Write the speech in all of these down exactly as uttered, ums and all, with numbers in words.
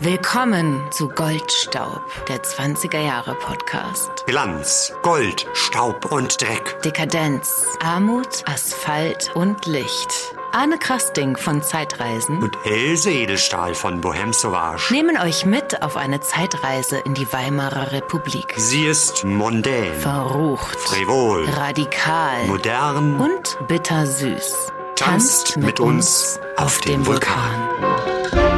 Willkommen zu Goldstaub, der zwanziger Jahre Podcast. Glanz, Gold, Staub und Dreck. Dekadenz, Armut, Asphalt und Licht. Arne Krasting von Zeitreisen und Else Edelstahl von Bohème Sauvage nehmen euch mit auf eine Zeitreise in die Weimarer Republik. Sie ist mondän, verrucht, frivol, radikal, modern und bittersüß. Tanzt mit, mit uns auf dem Vulkan. Vulkan.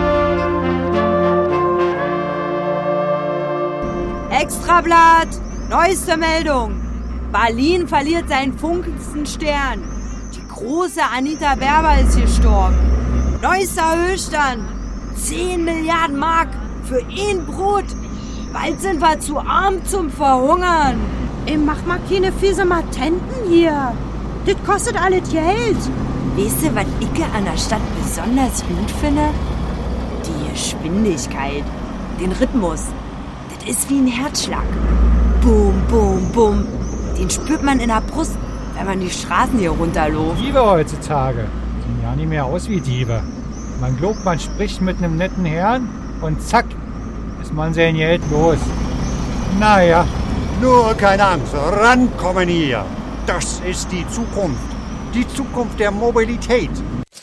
Extrablatt! Neueste Meldung! Berlin verliert seinen funkelndsten Stern. Die große Anita Berber ist gestorben. Neuester Höchststand. zehn Milliarden Mark für ein Brot. Bald sind wir zu arm zum Verhungern. Ey, mach mal keine fiese Matenten hier. Das kostet alles Geld. Weißt du, was ich an der Stadt besonders gut finde? Die Geschwindigkeit. Den Rhythmus. Das ist wie ein Herzschlag. Bum, bum, bum. Den spürt man in der Brust, wenn man die Straßen hier runterläuft. Diebe heutzutage sehen ja nicht mehr aus wie Diebe. Man glaubt, man spricht mit einem netten Herrn und zack, ist man sein Geld los. Naja. Nur keine Angst, rankommen hier. Das ist die Zukunft. Die Zukunft der Mobilität.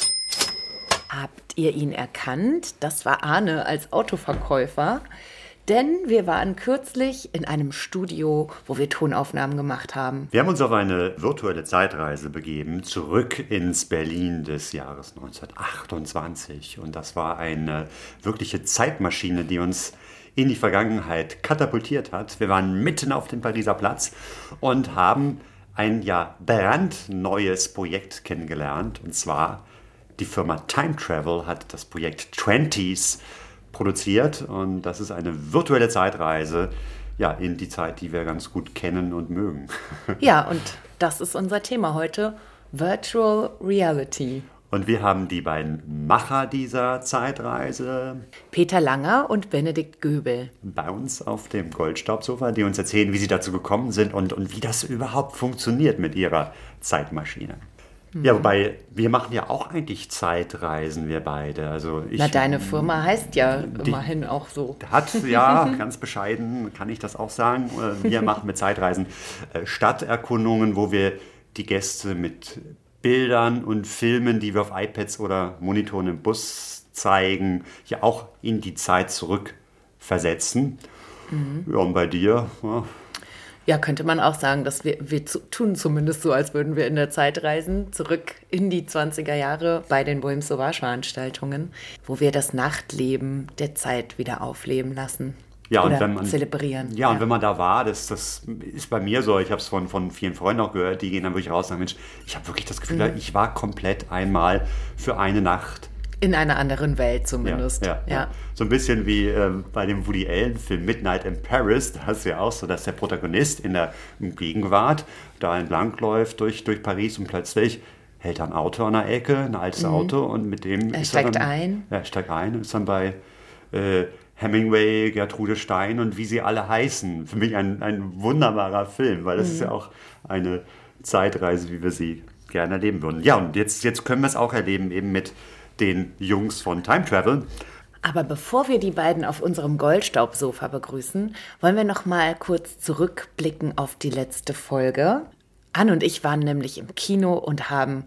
Habt ihr ihn erkannt? Das war Arne als Autoverkäufer. Denn wir waren kürzlich in einem Studio, wo wir Tonaufnahmen gemacht haben. Wir haben uns auf eine virtuelle Zeitreise begeben, zurück ins Berlin des Jahres neunzehnhundertachtundzwanzig. Und das war eine wirkliche Zeitmaschine, die uns in die Vergangenheit katapultiert hat. Wir waren mitten auf dem Pariser Platz und haben ein ja brandneues Projekt kennengelernt. Und zwar die Firma Time Travel hat das Projekt Twenties produziert, und das ist eine virtuelle Zeitreise ja, in die Zeit, die wir ganz gut kennen und mögen. Ja, und das ist unser Thema heute, Virtual Reality. Und wir haben die beiden Macher dieser Zeitreise, Peter Langer und Benedikt Göbel, bei uns auf dem Goldstaubsofa, die uns erzählen, wie sie dazu gekommen sind und, und wie das überhaupt funktioniert mit ihrer Zeitmaschine. Ja, wobei, wir machen ja auch eigentlich Zeitreisen, wir beide. Also ich, Na, deine Firma heißt ja die, immerhin auch so. Hat, ja, ganz bescheiden kann ich das auch sagen. Wir machen mit Zeitreisen Stadterkundungen, wo wir die Gäste mit Bildern und Filmen, die wir auf iPads oder Monitoren im Bus zeigen, ja auch in die Zeit zurückversetzen. Mhm. Ja, und bei dir? Ja. Ja, könnte man auch sagen, dass wir, wir zu, tun zumindest so, als würden wir in der Zeit reisen, zurück in die zwanziger Jahre bei den Bohème Sauvage Veranstaltungen, wo wir das Nachtleben der Zeit wieder aufleben lassen. Ja, oder und wenn man, zelebrieren. Ja, ja, und wenn man da war, das, das ist bei mir so, ich habe es von, von vielen Freunden auch gehört, die gehen dann wirklich raus und sagen, Mensch, ich habe wirklich das Gefühl, mhm. ich war komplett einmal für eine Nacht in einer anderen Welt zumindest. Ja, ja, ja. ja. So ein bisschen wie ähm, bei dem Woody Allen-Film Midnight in Paris. Da hast du ja auch so, dass der Protagonist in der Gegenwart da entlang läuft durch, durch Paris und plötzlich hält er ein Auto an der Ecke, ein altes mhm. Auto, und mit dem er ist steigt er dann, ein. Ja, er steigt ein und ist dann bei äh, Hemingway, Gertrude Stein und wie sie alle heißen. Für mich ein, ein wunderbarer Film, weil das mhm. ist ja auch eine Zeitreise, wie wir sie gerne erleben würden. Ja, und jetzt, jetzt können wir es auch erleben, eben mit den Jungs von Time Travel. Aber bevor wir die beiden auf unserem Goldstaubsofa begrüßen, wollen wir noch mal kurz zurückblicken auf die letzte Folge. Anne und ich waren nämlich im Kino und haben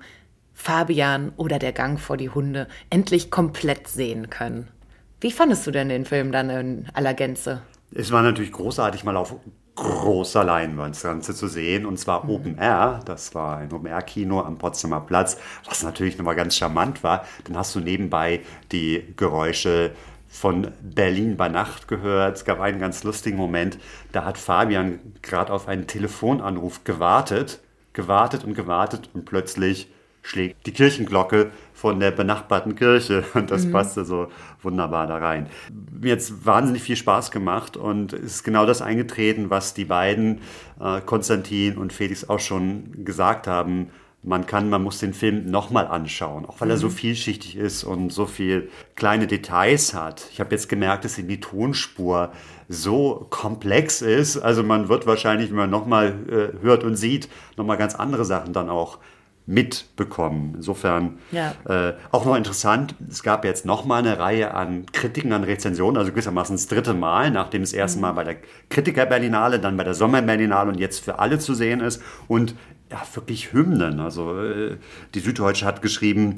Fabian oder Der Gang vor die Hunde endlich komplett sehen können. Wie fandest du denn den Film dann in aller Gänze? Es war natürlich großartig, mal auf großer Leinwand das Ganze zu sehen, und zwar mhm. Open Air. Das war ein Open Air Kino am Potsdamer Platz, was natürlich nochmal ganz charmant war. Dann hast du nebenbei die Geräusche von Berlin bei Nacht gehört. Es gab einen ganz lustigen Moment, da hat Fabian gerade auf einen Telefonanruf gewartet, gewartet und gewartet und plötzlich schlägt die Kirchenglocke von der benachbarten Kirche, und das mhm. passte so wunderbar da rein. Mir hat es wahnsinnig viel Spaß gemacht, und es ist genau das eingetreten, was die beiden, äh, Konstantin und Felix, auch schon gesagt haben. Man kann, man muss den Film nochmal anschauen, auch weil mhm. er so vielschichtig ist und so viel kleine Details hat. Ich habe jetzt gemerkt, dass die Tonspur so komplex ist, also man wird wahrscheinlich, wenn man nochmal äh, hört und sieht, nochmal ganz andere Sachen dann auch mitbekommen. Insofern ja. äh, auch noch interessant, es gab jetzt noch mal eine Reihe an Kritiken, an Rezensionen, also gewissermaßen das dritte Mal, nachdem es erst Mal bei der Kritiker-Berlinale, dann bei der Sommer-Berlinale und jetzt für alle zu sehen ist. Und ja, wirklich Hymnen. Also äh, die Süddeutsche hat geschrieben,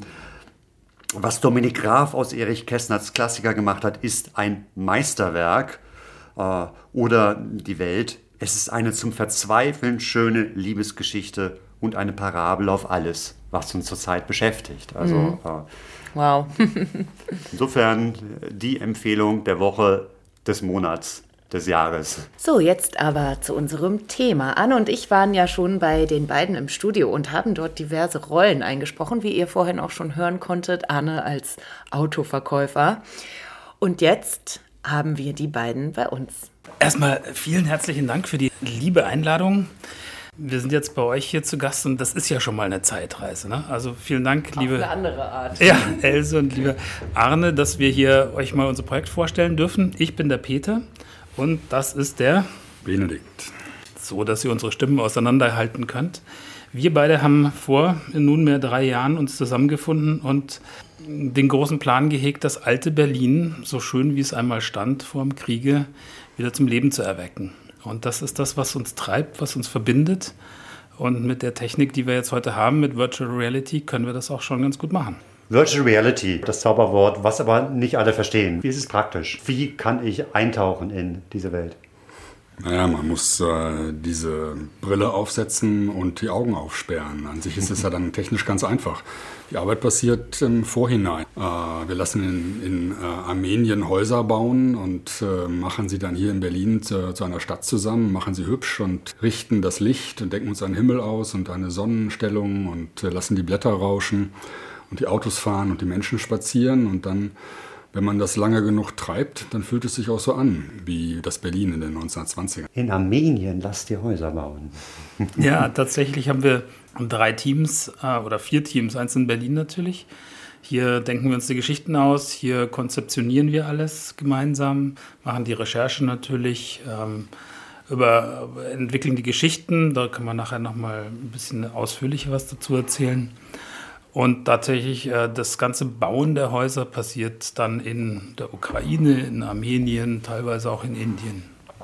was Dominik Graf aus Erich Kästners Klassiker gemacht hat, ist ein Meisterwerk. Äh, oder die Welt, es ist eine zum Verzweifeln schöne Liebesgeschichte und eine Parabel auf alles, was uns zurzeit beschäftigt. Also mhm. äh, wow. insofern die Empfehlung der Woche, des Monats, des Jahres. So, jetzt aber zu unserem Thema. Anne und ich waren ja schon bei den beiden im Studio und haben dort diverse Rollen eingesprochen, wie ihr vorhin auch schon hören konntet. Anne als Autoverkäufer. Und jetzt haben wir die beiden bei uns. Erstmal vielen herzlichen Dank für die liebe Einladung. Wir sind jetzt bei euch hier zu Gast und das ist ja schon mal eine Zeitreise. Ne? Also vielen Dank, liebe... Auf eine andere Art. Ja, Else und lieber Arne, dass wir hier euch mal unser Projekt vorstellen dürfen. Ich bin der Peter und das ist der... Benedikt. So, dass ihr unsere Stimmen auseinanderhalten könnt. Wir beide haben vor nunmehr drei Jahren uns zusammengefunden und den großen Plan gehegt, das alte Berlin, so schön wie es einmal stand vor dem Kriege, wieder zum Leben zu erwecken. Und das ist das, was uns treibt, was uns verbindet. Und mit der Technik, die wir jetzt heute haben, mit Virtual Reality, können wir das auch schon ganz gut machen. Virtual Reality, das Zauberwort, was aber nicht alle verstehen. Wie ist es praktisch? Wie kann ich eintauchen in diese Welt? Naja, man muss äh, diese Brille aufsetzen und die Augen aufsperren. An sich ist es ja dann technisch ganz einfach. Die Arbeit passiert im Vorhinein. Äh, wir lassen in, in äh, Armenien Häuser bauen und äh, machen sie dann hier in Berlin zu, zu einer Stadt zusammen, machen sie hübsch und richten das Licht und decken uns einen Himmel aus und eine Sonnenstellung und äh, lassen die Blätter rauschen und die Autos fahren und die Menschen spazieren und dann... Wenn man das lange genug treibt, dann fühlt es sich auch so an, wie das Berlin in den neunzehnhundertzwanzigern. In Armenien lasst ihr Häuser bauen. Ja, tatsächlich haben wir drei Teams äh, oder vier Teams, eins in Berlin natürlich. Hier denken wir uns die Geschichten aus, hier konzeptionieren wir alles gemeinsam, machen die Recherche natürlich, ähm, über, entwickeln die Geschichten, da kann man nachher nochmal ein bisschen ausführlicher was dazu erzählen. Und tatsächlich, äh, das ganze Bauen der Häuser passiert dann in der Ukraine, in Armenien, teilweise auch in Indien.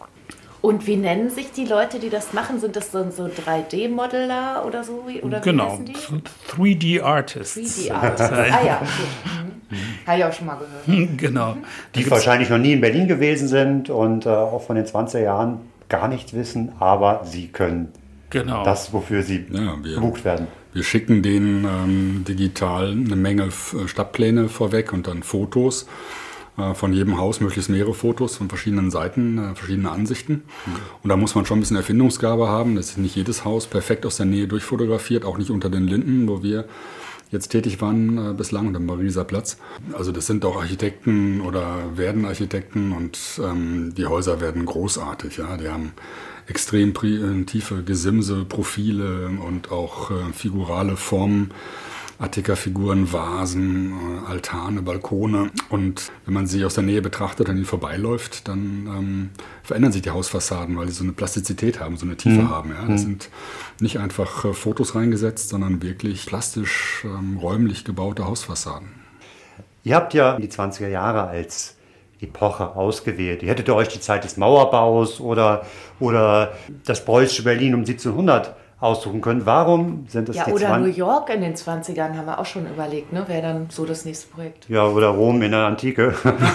Und wie nennen sich die Leute, die das machen? Sind das so, so drei D-Modeler oder so? Oder wie genau, heißen die? drei D Artists. drei D Artists. Ah ja, okay. Mhm. Habe ich auch schon mal gehört. Genau. Die wahrscheinlich noch nie in Berlin gewesen sind und äh, auch von den zwanziger Jahren gar nichts wissen, aber sie können genau. das, wofür sie ja, wir, gebucht werden. Wir schicken denen ähm, digital eine Menge F- Stadtpläne vorweg und dann Fotos äh, von jedem Haus, möglichst mehrere Fotos von verschiedenen Seiten, äh, verschiedene Ansichten. Mhm. Und da muss man schon ein bisschen Erfindungsgabe haben. Das ist nicht jedes Haus perfekt aus der Nähe durchfotografiert, auch nicht unter den Linden, wo wir jetzt tätig waren äh, bislang, und am Pariser Platz. Also das sind auch Architekten oder werden Architekten und ähm, die Häuser werden großartig. Ja? Die haben extrem pri- tiefe Gesimse, Profile und auch äh, figurale Formen, Attika-Figuren, Vasen, äh, Altane, Balkone. Und wenn man sie aus der Nähe betrachtet, an ihnen vorbeiläuft, dann ähm, verändern sich die Hausfassaden, weil sie so eine Plastizität haben, so eine Tiefe mhm. haben. Ja? Das mhm. sind nicht einfach äh, Fotos reingesetzt, sondern wirklich plastisch, ähm, räumlich gebaute Hausfassaden. Ihr habt ja die zwanziger Jahre als Epoche ausgewählt. Ihr hättet euch die Zeit des Mauerbaus oder, oder das preußische Berlin um siebzehnhundert aussuchen können. Warum sind es ja, die oder zwanzig New York in den zwanzigern haben wir auch schon überlegt, ne? Wäre dann so das nächste Projekt. Ja, oder Rom in der Antike.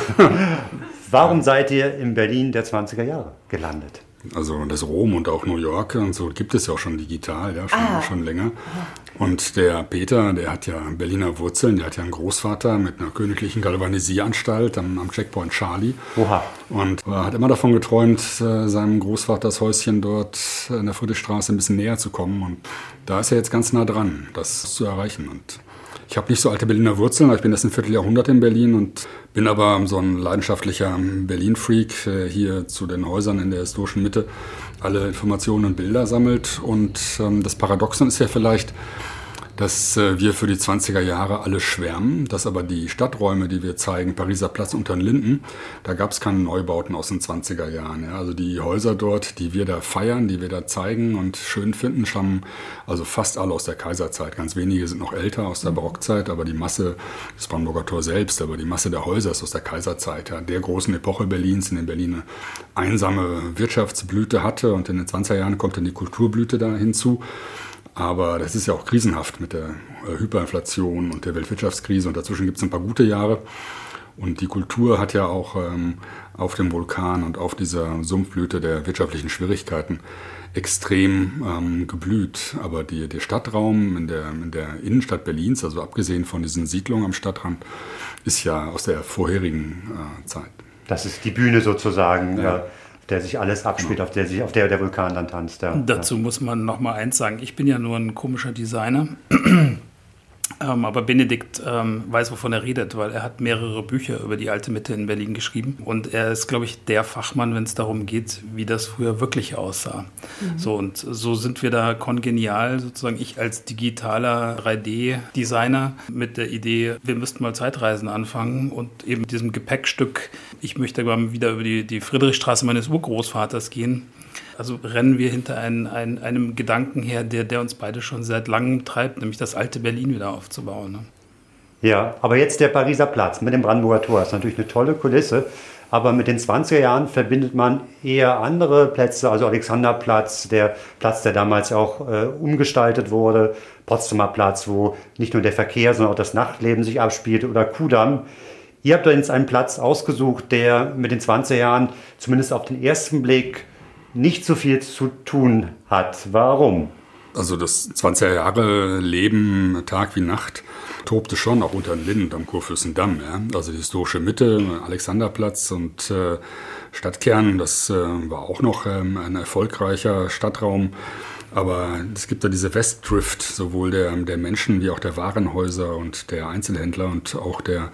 Warum seid ihr in Berlin der zwanziger Jahre gelandet? Also das Rom und auch New York und so gibt es ja auch schon digital, ja, schon, ah. schon länger. Und der Peter, der hat ja Berliner Wurzeln, der hat ja einen Großvater mit einer königlichen Galvanisieranstalt am, am Checkpoint Charlie. Oha. Und er hat immer davon geträumt, seinem Großvaters Häuschen dort in der Friedrichstraße ein bisschen näher zu kommen. Und da ist er jetzt ganz nah dran, das zu erreichen. Und ich habe nicht so alte Berliner Wurzeln, ich bin erst ein Vierteljahrhundert in Berlin und bin aber so ein leidenschaftlicher Berlin-Freak, der hier zu den Häusern in der historischen Mitte alle Informationen und Bilder sammelt. Und ähm, das Paradoxon ist ja vielleicht, dass äh, wir für die zwanziger Jahre alle schwärmen, dass aber die Stadträume, die wir zeigen, Pariser Platz unter den Linden, da gab es keine Neubauten aus den zwanziger Jahren. Ja. Also die Häuser dort, die wir da feiern, die wir da zeigen und schön finden, stammen also fast alle aus der Kaiserzeit. Ganz wenige sind noch älter aus der Barockzeit, aber die Masse, das Brandenburger Tor selbst, aber die Masse der Häuser ist aus der Kaiserzeit, ja, der großen Epoche Berlins, in der Berlin eine einsame Wirtschaftsblüte hatte, und in den zwanziger Jahren kommt dann die Kulturblüte da hinzu. Aber das ist ja auch krisenhaft mit der Hyperinflation und der Weltwirtschaftskrise, und dazwischen gibt es ein paar gute Jahre. Und die Kultur hat ja auch ähm, auf dem Vulkan und auf dieser Sumpfblüte der wirtschaftlichen Schwierigkeiten extrem ähm, geblüht. Aber die, der Stadtraum in der, in der Innenstadt Berlins, also abgesehen von diesen Siedlungen am Stadtrand, ist ja aus der vorherigen äh, Zeit. Das ist die Bühne sozusagen, ja. äh, auf der sich alles abspielt, auf der sich, auf der der Vulkan dann tanzt. Ja. Dazu muss man noch mal eins sagen, ich bin ja nur ein komischer Designer. Ähm, aber Benedikt ähm, weiß, wovon er redet, weil er hat mehrere Bücher über die alte Mitte in Berlin geschrieben. Und er ist, glaube ich, der Fachmann, wenn es darum geht, wie das früher wirklich aussah. Mhm. So, und so sind wir da kongenial, sozusagen ich als digitaler drei D-Designer mit der Idee, wir müssten mal Zeitreisen anfangen und eben diesem Gepäckstück, ich möchte mal wieder über die, die Friedrichstraße meines Urgroßvaters gehen. Also rennen wir hinter ein, ein, einem Gedanken her, der, der uns beide schon seit langem treibt, nämlich das alte Berlin wieder aufzubauen. Ne? Ja, aber jetzt der Pariser Platz mit dem Brandenburger Tor. Das ist natürlich eine tolle Kulisse, aber mit den zwanziger Jahren verbindet man eher andere Plätze, also Alexanderplatz, der Platz, der damals auch äh, umgestaltet wurde, Potsdamer Platz, wo nicht nur der Verkehr, sondern auch das Nachtleben sich abspielt, oder Kudamm. Ihr habt da jetzt einen Platz ausgesucht, der mit den zwanziger Jahren zumindest auf den ersten Blick nicht so viel zu tun hat. Warum? Also das zwanziger Jahre Leben Tag wie Nacht tobte schon auch unter den Linden am Kurfürstendamm. Ja? Also die historische Mitte, Alexanderplatz und äh, Stadtkern, das äh, war auch noch ähm, ein erfolgreicher Stadtraum. Aber es gibt da diese Westdrift, sowohl der, der Menschen wie auch der Warenhäuser und der Einzelhändler und auch der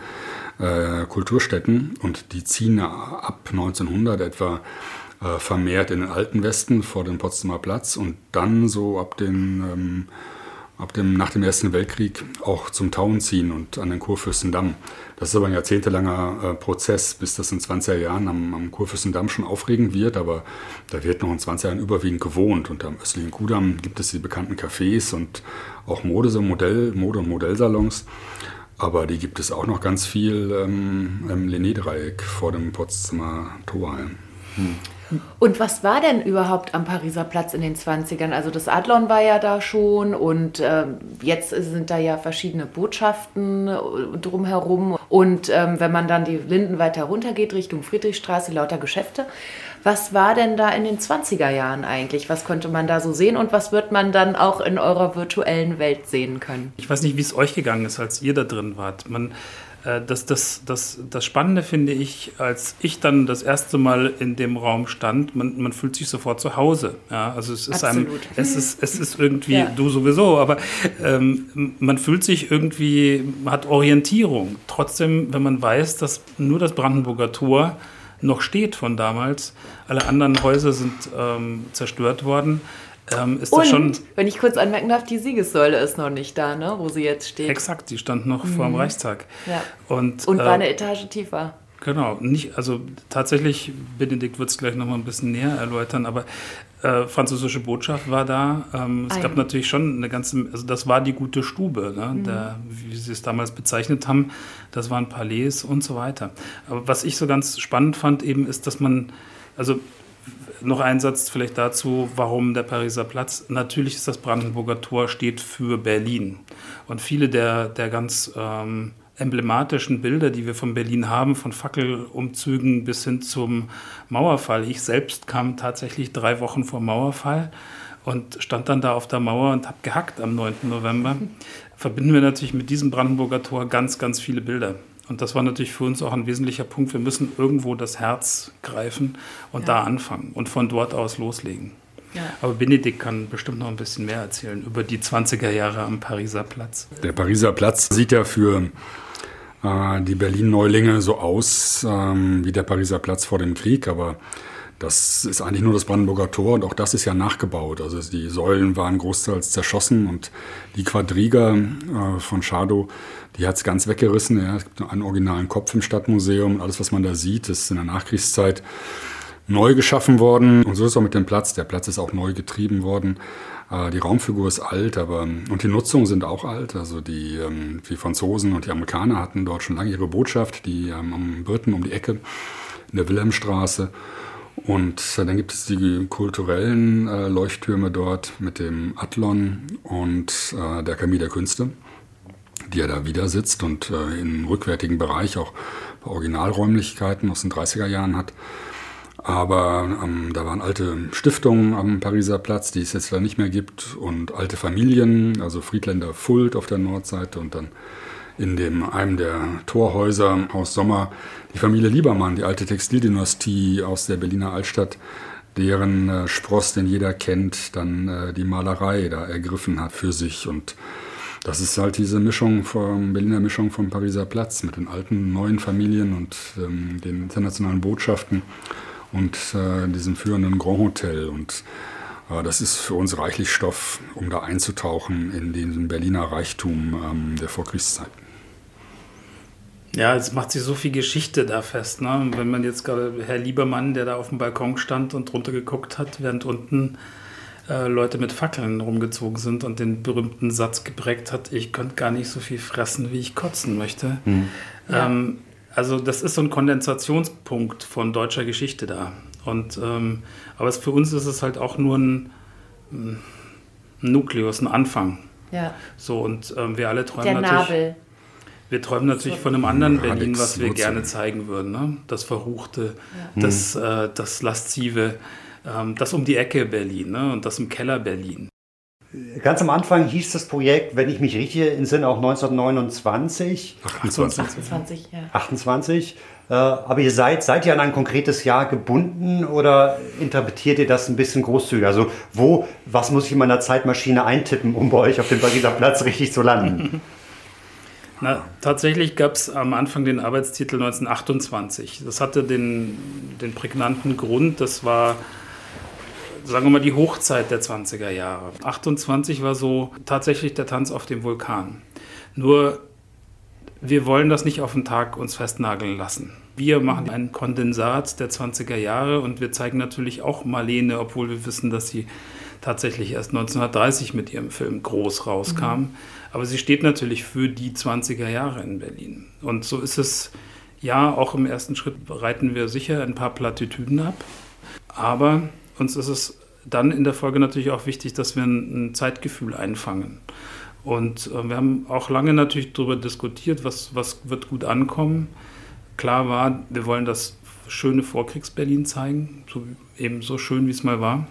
äh, Kulturstätten. Und die ziehen ab neunzehnhundert etwa vermehrt in den alten Westen vor dem Potsdamer Platz und dann so ab, den, ähm, ab dem, nach dem Ersten Weltkrieg auch zum Tauen ziehen und an den Kurfürstendamm. Das ist aber ein jahrzehntelanger äh, Prozess, bis das in zwanziger Jahren am, am Kurfürstendamm schon aufregend wird, aber da wird noch in zwanziger Jahren überwiegend gewohnt. Und am östlichen Kudamm gibt es die bekannten Cafés und auch Mode, so Modell, Mode- und Modellsalons. Aber die gibt es auch noch ganz viel ähm, im Lenné-Dreieck vor dem Potsdamer Tor. Hm. Und was war denn überhaupt am Pariser Platz in den zwanzigern? Also das Adlon war ja da schon und äh, jetzt sind da ja verschiedene Botschaften drumherum. Und ähm, wenn man dann die Linden weiter runtergeht, Richtung Friedrichstraße, lauter Geschäfte. Was war denn da in den zwanziger Jahren eigentlich? Was konnte man da so sehen und was wird man dann auch in eurer virtuellen Welt sehen können? Ich weiß nicht, wie es euch gegangen ist, als ihr da drin wart. Man... Das, das, das, das Spannende finde ich, als ich dann das erste Mal in dem Raum stand, man, man fühlt sich sofort zu Hause. Ja, also es ist einem, es ist, es ist irgendwie, ja. Du sowieso, aber ähm, man fühlt sich irgendwie, hat Orientierung. Trotzdem, wenn man weiß, dass nur das Brandenburger Tor noch steht von damals, alle anderen Häuser sind ähm, zerstört worden. Ähm, ist das und, schon, wenn ich kurz anmerken darf, die Siegessäule ist noch nicht da, ne, wo sie jetzt steht. Exakt, die stand noch mhm. vor dem Reichstag. Ja. Und, und war äh, eine Etage tiefer. Genau, nicht, also tatsächlich, Benedikt wird es gleich noch mal ein bisschen näher erläutern, aber äh, französische Botschaft war da. Ähm, es Ein. gab natürlich schon eine ganze, also das war die gute Stube, ne? Mhm. Der, wie sie es damals bezeichnet haben, das waren Palais und so weiter. Aber was ich so ganz spannend fand eben ist, dass man, also noch ein Satz vielleicht dazu, warum der Pariser Platz. Natürlich ist das Brandenburger Tor, steht für Berlin. Und viele der, der ganz ähm, emblematischen Bilder, die wir von Berlin haben, von Fackelumzügen bis hin zum Mauerfall. Ich selbst kam tatsächlich drei Wochen vor Mauerfall und stand dann da auf der Mauer und habe gehackt am neunten November. Verbinden wir natürlich mit diesem Brandenburger Tor ganz, ganz viele Bilder. Und das war natürlich für uns auch ein wesentlicher Punkt. Wir müssen irgendwo das Herz greifen und ja. da anfangen und von dort aus loslegen. Ja. Aber Benedikt kann bestimmt noch ein bisschen mehr erzählen über die zwanziger Jahre am Pariser Platz. Der Pariser Platz sieht ja für äh, die Berlin-Neulinge so aus ähm, wie der Pariser Platz vor dem Krieg, aber Das ist eigentlich nur das Brandenburger Tor und auch das ist ja nachgebaut. Also die Säulen waren großteils zerschossen und die Quadriga äh, von Schadow, die hat es ganz weggerissen. Ja. Es gibt einen originalen Kopf im Stadtmuseum und alles, was man da sieht, ist in der Nachkriegszeit neu geschaffen worden. Und so ist es auch mit dem Platz. Der Platz ist auch neu getrieben worden. Äh, die Raumfigur ist alt, aber und die Nutzungen sind auch alt. Also die, ähm, die Franzosen und die Amerikaner hatten dort schon lange ihre Botschaft, die ähm, am Briten um die Ecke in der Wilhelmstraße. Und äh, dann gibt es die kulturellen äh, Leuchttürme dort mit dem Adlon und äh, der Akademie der Künste, die ja da wieder sitzt und äh, im rückwärtigen Bereich auch Originalräumlichkeiten aus den dreißiger Jahren hat. Aber ähm, da waren alte Stiftungen am Pariser Platz, die es jetzt da nicht mehr gibt, und alte Familien, also Friedländer Fuld auf der Nordseite und dann in dem, einem der Torhäuser, Haus Sommer, die Familie Liebermann, die alte Textildynastie aus der Berliner Altstadt, deren äh, Spross, den jeder kennt, dann äh, die Malerei da ergriffen hat für sich. Und das ist halt diese Mischung vom Berliner Mischung vom Pariser Platz mit den alten, neuen Familien und ähm, den internationalen Botschaften und äh, diesem führenden Grand Hotel. Und äh, das ist für uns reichlich Stoff, um da einzutauchen in den Berliner Reichtum ähm, der Vorkriegszeit. Ja, es macht sich so viel Geschichte da fest. Ne? Wenn man jetzt gerade Herr Liebermann, der da auf dem Balkon stand und runter geguckt hat, während unten äh, Leute mit Fackeln rumgezogen sind und den berühmten Satz geprägt hat, ich könnte gar nicht so viel fressen, wie ich kotzen möchte. Mhm. Ähm, also das ist so ein Kondensationspunkt von deutscher Geschichte da. Und, ähm, aber es, für uns ist es halt auch nur ein, ein Nukleus, ein Anfang. Ja. So, und ähm, wir alle träumen Der natürlich... Nabel. Wir träumen natürlich von einem anderen Ja, Berlin, Alex was wir Wurzel. gerne zeigen würden. Ne? Das Verruchte, Ja. das, äh, das Laszive, ähm, das um die Ecke Berlin, ne? Und das im Keller Berlin. Ganz am Anfang hieß das Projekt, wenn ich mich richtig entsinne, auch neunzehnhundertneunundzwanzig. achtundzwanzig. achtundzwanzig, ja. achtundzwanzig. Äh, aber ihr seid, seid ihr an ein konkretes Jahr gebunden oder interpretiert ihr das ein bisschen großzügiger? Also wo, was muss ich in meiner Zeitmaschine eintippen, um bei euch auf dem Pariser Platz richtig zu landen? Na, tatsächlich gab es am Anfang den Arbeitstitel neunzehnhundertachtundzwanzig. Das hatte den, den prägnanten Grund, das war, sagen wir mal, die Hochzeit der zwanziger Jahre. achtundzwanzig war so tatsächlich der Tanz auf dem Vulkan. Nur, wir wollen das nicht auf den Tag uns festnageln lassen. Wir machen ein Kondensat der zwanziger Jahre und wir zeigen natürlich auch Marlene, obwohl wir wissen, dass sie tatsächlich erst neunzehnhundertdreißig mit ihrem Film groß rauskam. Mhm. Aber sie steht natürlich für die zwanziger Jahre in Berlin. Und so ist es, ja, auch im ersten Schritt reiten wir sicher ein paar Plattitüden ab. Aber uns ist es dann in der Folge natürlich auch wichtig, dass wir ein, ein Zeitgefühl einfangen. Und äh, wir haben auch lange natürlich darüber diskutiert, was, was wird gut ankommen. Klar war, wir wollen das schöne Vorkriegs-Berlin zeigen, so, eben so schön, wie es mal war.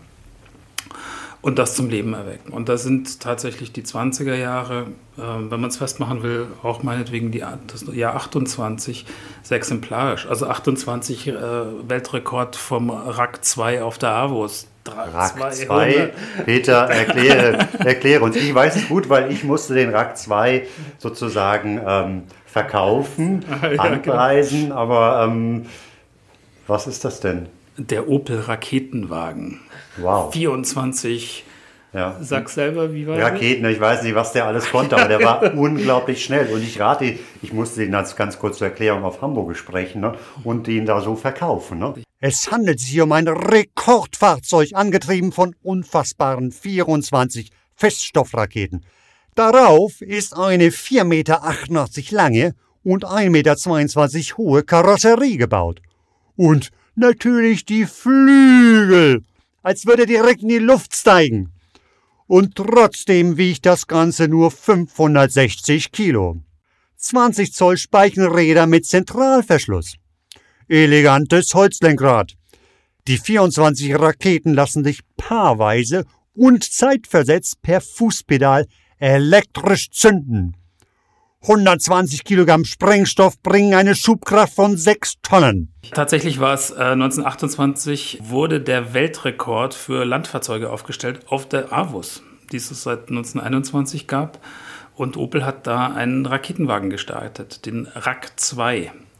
Und das zum Leben erwecken. Und da sind tatsächlich die zwanziger Jahre, äh, wenn man es festmachen will, auch meinetwegen die, das Jahr achtundzwanzig sehr exemplarisch. Also achtundzwanzig äh, Weltrekord vom R A C zwei auf der AWOS. R A C zwei, Peter, erkläre, erkläre uns. Ich weiß es gut, weil ich musste den R A C zwei sozusagen ähm, verkaufen, ah, ja, anpreisen. Genau. Aber ähm, was ist das denn? Der Opel Raketenwagen. Wow. vierundzwanzig. Ja. Sag selber, wie war das? Raketen, ich weiß nicht, was der alles konnte, aber der war unglaublich schnell. Und ich rate, ich musste ihn als ganz kurz zur Erklärung auf Hamburg sprechen, ne, und ihn da so verkaufen. Ne. Es handelt sich um ein Rekordfahrzeug, angetrieben von unfassbaren vierundzwanzig Feststoffraketen. Darauf ist eine vier Meter achtundachtzig lange und ein Meter zweiundzwanzig hohe Karosserie gebaut. Und natürlich die Flügel, als würde er direkt in die Luft steigen. Und trotzdem wiegt das Ganze nur fünfhundertsechzig Kilo. zwanzig Zoll Speichenräder mit Zentralverschluss. Elegantes Holzlenkrad. Die vierundzwanzig Raketen lassen sich paarweise und zeitversetzt per Fußpedal elektrisch zünden. hundertzwanzig Kilogramm Sprengstoff bringen eine Schubkraft von sechs Tonnen. Tatsächlich war es äh, neunzehnhundertachtundzwanzig, wurde der Weltrekord für Landfahrzeuge aufgestellt auf der AWOS, die es seit neunzehnhunderteinundzwanzig gab. Und Opel hat da einen Raketenwagen gestartet, den R A C zwei.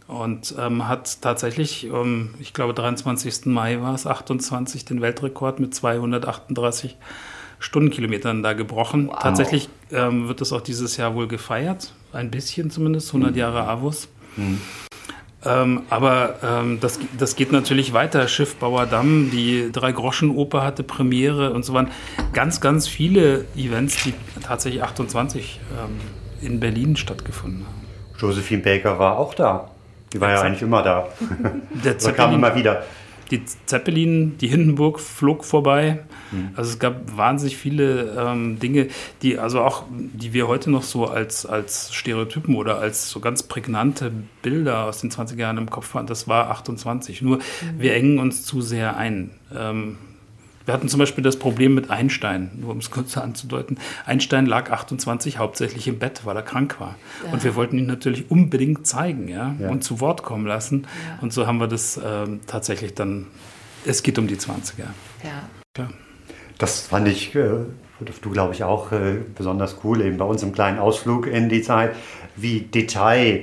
Und ähm, hat tatsächlich, ähm, ich glaube dreiundzwanzigsten Mai war es, achtundzwanzig, den Weltrekord mit zweihundertachtunddreißig Stundenkilometern da gebrochen. Wow. Tatsächlich ähm, wird das auch dieses Jahr wohl gefeiert, ein bisschen zumindest, hundert Jahre A W U S. Mhm. Ähm, aber ähm, das, das geht natürlich weiter. Schiffbauer Damm, die Drei-Groschen-Oper hatte Premiere und so waren ganz, ganz viele Events, die tatsächlich achtundzwanzig ähm, in Berlin stattgefunden haben. Josephine Baker war auch da. Die war ja eigentlich immer da. Der So kam immer wieder. Die Zeppelin, die Hindenburg flog vorbei. Mhm. Also es gab wahnsinnig viele ähm, Dinge, die also auch, die wir heute noch so als, als Stereotypen oder als so ganz prägnante Bilder aus den zwanziger Jahren im Kopf haben. Das war achtundzwanzig. Nur mhm. wir engen uns zu sehr ein. Ähm, Wir hatten zum Beispiel das Problem mit Einstein, nur um es kurz anzudeuten. Einstein lag achtundzwanzig hauptsächlich im Bett, weil er krank war. Ja. Und wir wollten ihn natürlich unbedingt zeigen, ja, ja. und zu Wort kommen lassen. Ja. Und so haben wir das ähm, tatsächlich dann, es geht um die zwanziger. Ja. Ja. Das fand ich, äh, du glaube ich auch, äh, besonders cool, eben bei uns im kleinen Ausflug in die Zeit, wie detailgetreu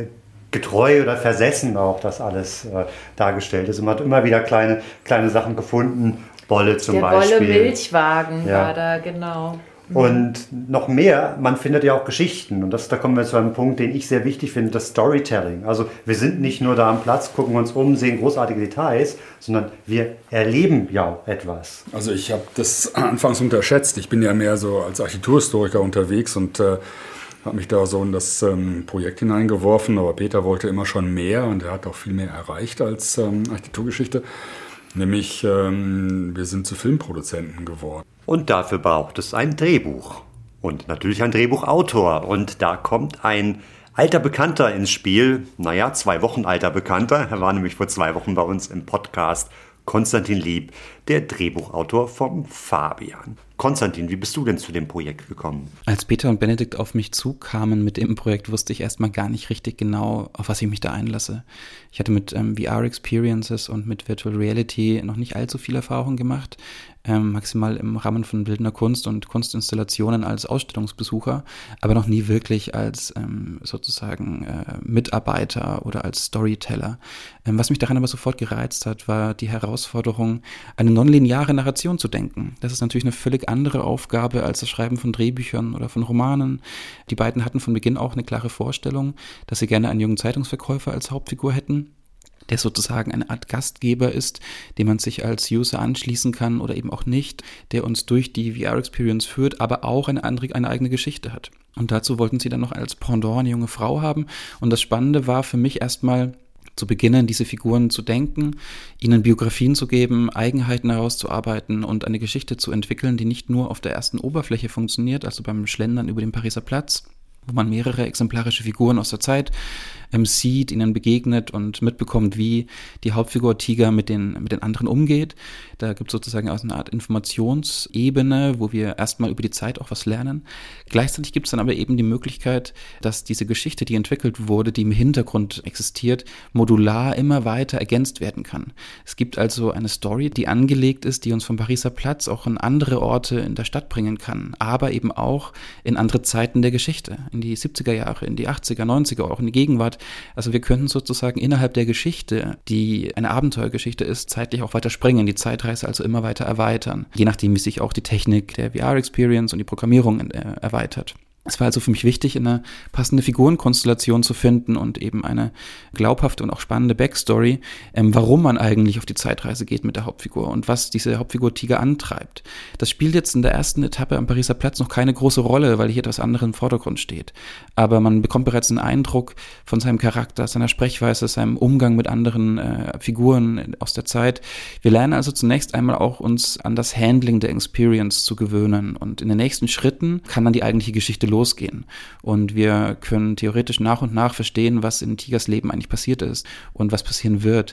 oder versessen auch das alles äh, dargestellt ist. Und man hat immer wieder kleine, kleine Sachen gefunden. Bolle zum Der Beispiel. Der Bolle-Milchwagen ja. war da, genau. Und noch mehr, man findet ja auch Geschichten. Und das, da kommen wir zu einem Punkt, den ich sehr wichtig finde, das Storytelling. Also wir sind nicht nur da am Platz, gucken uns um, sehen großartige Details, sondern wir erleben ja auch etwas. Also ich habe das anfangs unterschätzt. Ich bin ja mehr so als Architekturhistoriker unterwegs und äh, habe mich da so in das ähm, Projekt hineingeworfen. Aber Peter wollte immer schon mehr und er hat auch viel mehr erreicht als ähm, Architekturgeschichte. Nämlich, ähm, wir sind zu Filmproduzenten geworden. Und dafür braucht es ein Drehbuch. Und natürlich ein Drehbuchautor. Und da kommt ein alter Bekannter ins Spiel. Naja, zwei Wochen alter Bekannter. Er war nämlich vor zwei Wochen bei uns im Podcast. Konstantin Lieb, der Drehbuchautor vom Fabian. Konstantin, wie bist du denn zu dem Projekt gekommen? Als Peter und Benedikt auf mich zukamen mit dem Projekt, wusste ich erstmal gar nicht richtig genau, auf was ich mich da einlasse. Ich hatte mit ähm, V R-Experiences und mit Virtual Reality noch nicht allzu viel Erfahrung gemacht, ähm, maximal im Rahmen von bildender Kunst und Kunstinstallationen als Ausstellungsbesucher, aber noch nie wirklich als ähm, sozusagen äh, Mitarbeiter oder als Storyteller. Ähm, was mich daran aber sofort gereizt hat, war die Herausforderung, eine nonlineare Narration zu denken. Das ist natürlich eine völlig andere Aufgabe als das Schreiben von Drehbüchern oder von Romanen. Die beiden hatten von Beginn auch eine klare Vorstellung, dass sie gerne einen jungen Zeitungsverkäufer als Hauptfigur hätten, der sozusagen eine Art Gastgeber ist, dem man sich als User anschließen kann oder eben auch nicht, der uns durch die V R-Experience führt, aber auch eine, andere, eine eigene Geschichte hat. Und dazu wollten sie dann noch als Pendant eine junge Frau haben. Und das Spannende war für mich erstmal, zu beginnen, diese Figuren zu denken, ihnen Biografien zu geben, Eigenheiten herauszuarbeiten und eine Geschichte zu entwickeln, die nicht nur auf der ersten Oberfläche funktioniert, also beim Schlendern über den Pariser Platz, wo man mehrere exemplarische Figuren aus der Zeit ähm, sieht, ihnen begegnet und mitbekommt, wie die Hauptfigur Tiger mit den, mit den anderen umgeht. Da gibt es sozusagen auch eine Art Informationsebene, wo wir erstmal über die Zeit auch was lernen. Gleichzeitig gibt es dann aber eben die Möglichkeit, dass diese Geschichte, die entwickelt wurde, die im Hintergrund existiert, modular immer weiter ergänzt werden kann. Es gibt also eine Story, die angelegt ist, die uns vom Pariser Platz auch an andere Orte in der Stadt bringen kann, aber eben auch in andere Zeiten der Geschichte, in die siebziger Jahre, in die achtziger, neunziger, auch in die Gegenwart. Also wir könnten sozusagen innerhalb der Geschichte, die eine Abenteuergeschichte ist, zeitlich auch weiter springen, die Zeitreise also immer weiter erweitern, je nachdem, wie sich auch die Technik der V R-Experience und die Programmierung äh, erweitert. Es war also für mich wichtig, eine passende Figurenkonstellation zu finden und eben eine glaubhafte und auch spannende Backstory, ähm, warum man eigentlich auf die Zeitreise geht mit der Hauptfigur und was diese Hauptfigur Tiger antreibt. Das spielt jetzt in der ersten Etappe am Pariser Platz noch keine große Rolle, weil hier etwas anderes im Vordergrund steht. Aber man bekommt bereits einen Eindruck von seinem Charakter, seiner Sprechweise, seinem Umgang mit anderen äh, Figuren aus der Zeit. Wir lernen also zunächst einmal auch uns an das Handling der Experience zu gewöhnen und in den nächsten Schritten kann dann die eigentliche Geschichte losgehen. losgehen. Und wir können theoretisch nach und nach verstehen, was in Tigers Leben eigentlich passiert ist und was passieren wird.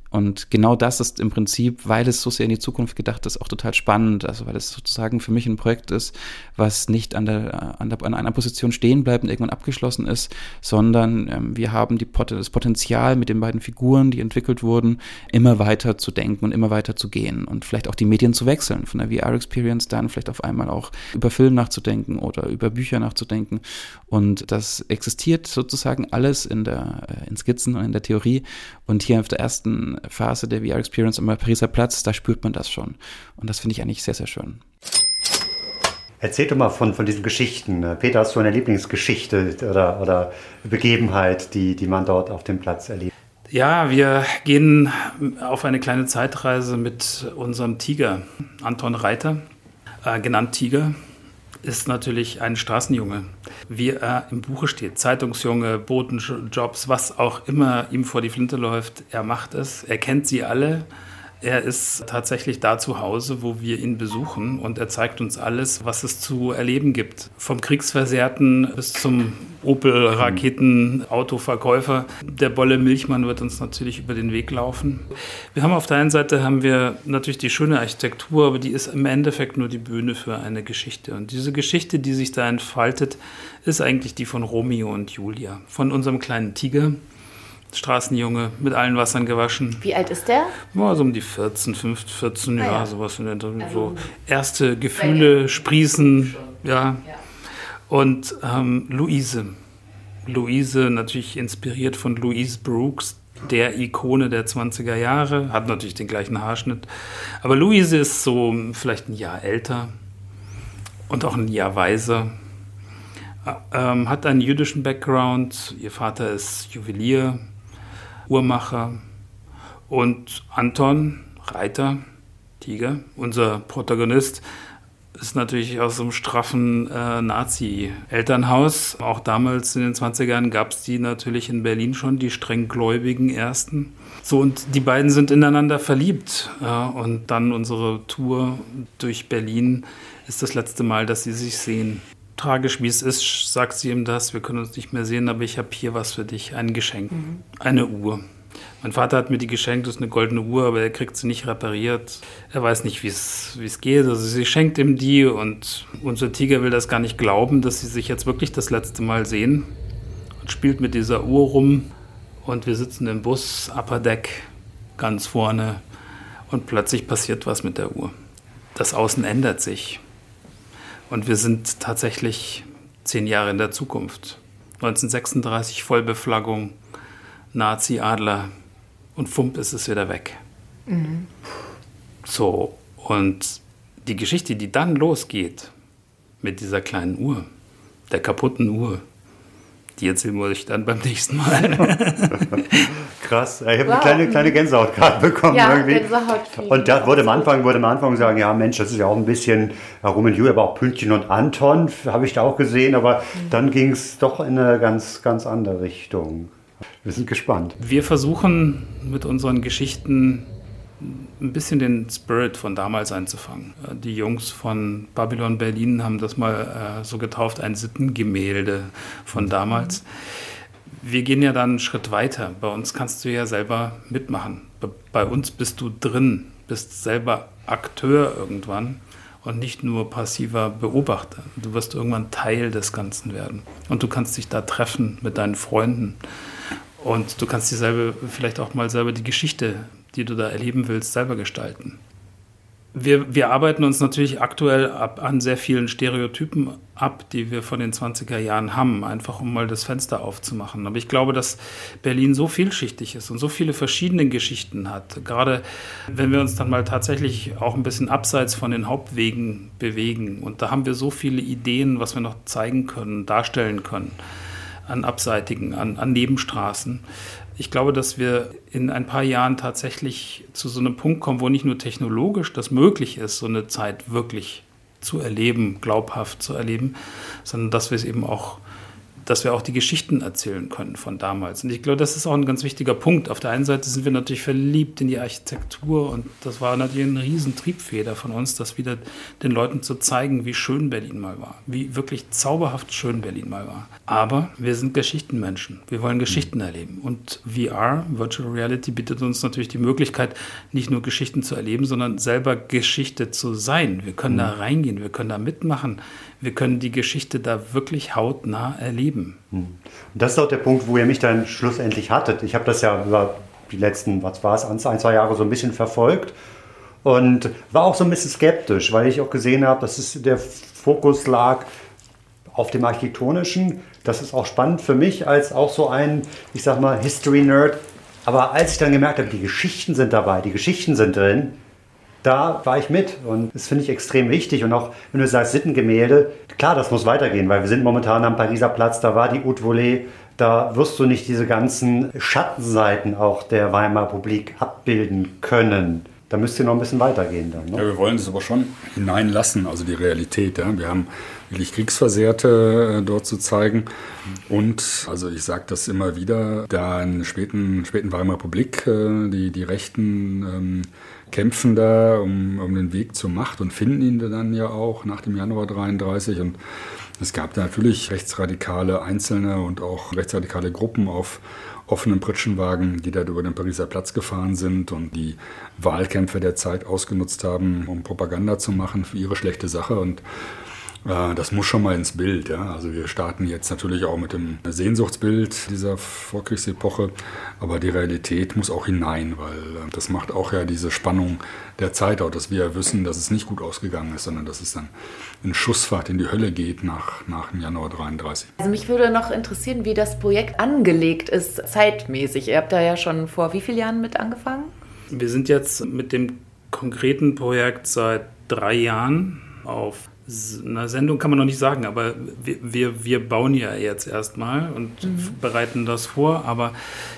Und genau das ist im Prinzip, weil es so sehr in die Zukunft gedacht ist, auch total spannend. Also weil es sozusagen für mich ein Projekt ist, was nicht an, der, an, der, an einer Position stehen bleibt und irgendwann abgeschlossen ist, sondern ähm, wir haben die, das Potenzial mit den beiden Figuren, die entwickelt wurden, immer weiter zu denken und immer weiter zu gehen und vielleicht auch die Medien zu wechseln, von der V R-Experience dann vielleicht auf einmal auch über Film nachzudenken oder über Bücher nachzudenken. Und das existiert sozusagen alles in, der, in Skizzen und in der Theorie. Und hier auf der ersten Phase der V R-Experience am Pariser Platz, da spürt man das schon. Und das finde ich eigentlich sehr, sehr schön. Erzähl doch mal von, von diesen Geschichten. Peter, hast du eine Lieblingsgeschichte oder, oder Begebenheit, die, die man dort auf dem Platz erlebt? Ja, wir gehen auf eine kleine Zeitreise mit unserem Tiger. Anton Reiter, äh, genannt Tiger, ist natürlich ein Straßenjunge, wie er im Buche steht. Zeitungsjunge, Botenjobs, was auch immer ihm vor die Flinte läuft, er macht es. Er kennt sie alle. Er ist tatsächlich da zu Hause, wo wir ihn besuchen, und er zeigt uns alles, was es zu erleben gibt. Vom Kriegsversehrten bis zum Opel-Raketen-Autoverkäufer. Der Bolle Milchmann wird uns natürlich über den Weg laufen. Wir haben auf der einen Seite haben wir natürlich die schöne Architektur, aber die ist im Endeffekt nur die Bühne für eine Geschichte. Und diese Geschichte, die sich da entfaltet, ist eigentlich die von Romeo und Julia, von unserem kleinen Tiger. Straßenjunge, mit allen Wassern gewaschen. Wie alt ist der? Ja, so um die vierzehn, fünfzehn, vierzehn, ah, ja, ja, sowas. In der, so also, erste Gefühle sprießen, ja. Und ähm, Luise. Luise, natürlich inspiriert von Louise Brooks, der Ikone der zwanziger Jahre, hat natürlich den gleichen Haarschnitt. Aber Luise ist so vielleicht ein Jahr älter und auch ein Jahr weiser. Ähm, hat einen jüdischen Background. Ihr Vater ist Juwelier, Uhrmacher, und Anton Reiter, Tiger, unser Protagonist, ist natürlich aus einem straffen äh, Nazi-Elternhaus. Auch damals in den zwanziger Jahren gab es die natürlich in Berlin schon, die strenggläubigen Ersten. So, und die beiden sind ineinander verliebt. Ja, und dann unsere Tour durch Berlin ist das letzte Mal, dass sie sich sehen. Tragisch wie es ist, sagt sie ihm das, wir können uns nicht mehr sehen, aber ich habe hier was für dich, ein Geschenk, mhm. eine Uhr. Mein Vater hat mir die geschenkt, das ist eine goldene Uhr, aber er kriegt sie nicht repariert. Er weiß nicht, wie es wie es geht, also sie schenkt ihm die, und unser Tiger will das gar nicht glauben, dass sie sich jetzt wirklich das letzte Mal sehen, und spielt mit dieser Uhr rum, und wir sitzen im Bus, Upper Deck, ganz vorne, und plötzlich passiert was mit der Uhr. Das Außen ändert sich. Und wir sind tatsächlich zehn Jahre in der Zukunft. neunzehnhundertsechsunddreißig, Vollbeflaggung, Nazi-Adler, und fump ist es wieder weg. Mhm. So, und die Geschichte, die dann losgeht mit dieser kleinen Uhr, der kaputten Uhr, die erzählen wir euch dann beim nächsten Mal. Krass, ich habe wow. eine kleine, kleine Gänsehaut gerade bekommen. Ja, irgendwie. Gänsehaut. Und da wurde am Anfang, wurde am Anfang sagen, ja Mensch, das ist ja auch ein bisschen Romeo und Julia, aber auch Pünktchen und Anton, habe ich da auch gesehen, aber mhm. dann ging es doch in eine ganz, ganz andere Richtung. Wir sind gespannt. Wir versuchen mit unseren Geschichten ein bisschen den Spirit von damals einzufangen. Die Jungs von Babylon Berlin haben das mal äh, so getauft, ein Sittengemälde von damals. Wir gehen ja dann einen Schritt weiter. Bei uns kannst du ja selber mitmachen. Bei, bei uns bist du drin, bist selber Akteur irgendwann und nicht nur passiver Beobachter. Du wirst irgendwann Teil des Ganzen werden. Und du kannst dich da treffen mit deinen Freunden. Und du kannst dir selber vielleicht auch mal selber die Geschichte, die du da erleben willst, selber gestalten. Wir, wir arbeiten uns natürlich aktuell ab, an sehr vielen Stereotypen ab, die wir von den zwanziger Jahren haben, einfach um mal das Fenster aufzumachen. Aber ich glaube, dass Berlin so vielschichtig ist und so viele verschiedene Geschichten hat. Gerade wenn wir uns dann mal tatsächlich auch ein bisschen abseits von den Hauptwegen bewegen. Und da haben wir so viele Ideen, was wir noch zeigen können, darstellen können. An Abseitigen, an, an Nebenstraßen. Ich glaube, dass wir in ein paar Jahren tatsächlich zu so einem Punkt kommen, wo nicht nur technologisch das möglich ist, so eine Zeit wirklich zu erleben, glaubhaft zu erleben, sondern dass wir es eben auch dass wir auch die Geschichten erzählen können von damals. Und ich glaube, das ist auch ein ganz wichtiger Punkt. Auf der einen Seite sind wir natürlich verliebt in die Architektur und das war natürlich ein riesen Triebfeder von uns, das wieder den Leuten zu zeigen, wie schön Berlin mal war, wie wirklich zauberhaft schön Berlin mal war. Aber wir sind Geschichtenmenschen. Wir wollen Geschichten erleben. Und V R, Virtual Reality, bietet uns natürlich die Möglichkeit, nicht nur Geschichten zu erleben, sondern selber Geschichte zu sein. Wir können mhm. da reingehen, wir können da mitmachen. Wir können die Geschichte da wirklich hautnah erleben. Und das ist auch der Punkt, wo ihr mich dann schlussendlich hattet. Ich habe das ja über die letzten, was war es, ein, zwei Jahre so ein bisschen verfolgt und war auch so ein bisschen skeptisch, weil ich auch gesehen habe, dass es der Fokus lag auf dem Architektonischen. Das ist auch spannend für mich als auch so ein, ich sag mal, History-Nerd. Aber als ich dann gemerkt habe, die Geschichten sind dabei, die Geschichten sind drin, da war ich mit und das finde ich extrem wichtig. Und auch wenn du sagst Sittengemälde, klar, das muss weitergehen, weil wir sind momentan am Pariser Platz, da war die Haute Volée, da wirst du nicht diese ganzen Schattenseiten auch der Weimarer Republik abbilden können. Da müsst ihr noch ein bisschen weitergehen dann. Ne? Ja, wir wollen es aber schon hineinlassen, also die Realität. Ja. Wir haben wirklich Kriegsversehrte äh, dort zu zeigen. Und, also ich sage das immer wieder, da in der späten, späten Weimarer Republik äh, die, die Rechten ähm, kämpfen da um, um den Weg zur Macht und finden ihn dann ja auch nach dem Januar dreiunddreißig. Und es gab da natürlich rechtsradikale Einzelne und auch rechtsradikale Gruppen auf offenen Pritschenwagen, die da über den Pariser Platz gefahren sind und die Wahlkämpfe der Zeit ausgenutzt haben, um Propaganda zu machen für ihre schlechte Sache. Und äh, das muss schon mal ins Bild. Ja? Also wir starten jetzt natürlich auch mit dem Sehnsuchtsbild dieser Vorkriegsepoche, aber die Realität muss auch hinein, weil äh, das macht auch ja diese Spannung der Zeit auch, dass wir ja wissen, dass es nicht gut ausgegangen ist, sondern dass es dann in Schussfahrt in die Hölle geht nach, nach dem Januar dreiunddreißig. Also mich würde noch interessieren, wie das Projekt angelegt ist, zeitmäßig. Ihr habt da ja schon vor wie vielen Jahren mit angefangen? Wir sind jetzt mit dem konkreten Projekt seit drei Jahren auf einer Sendung, kann man noch nicht sagen, aber wir, wir, wir bauen ja jetzt erstmal und mhm. bereiten das vor, aber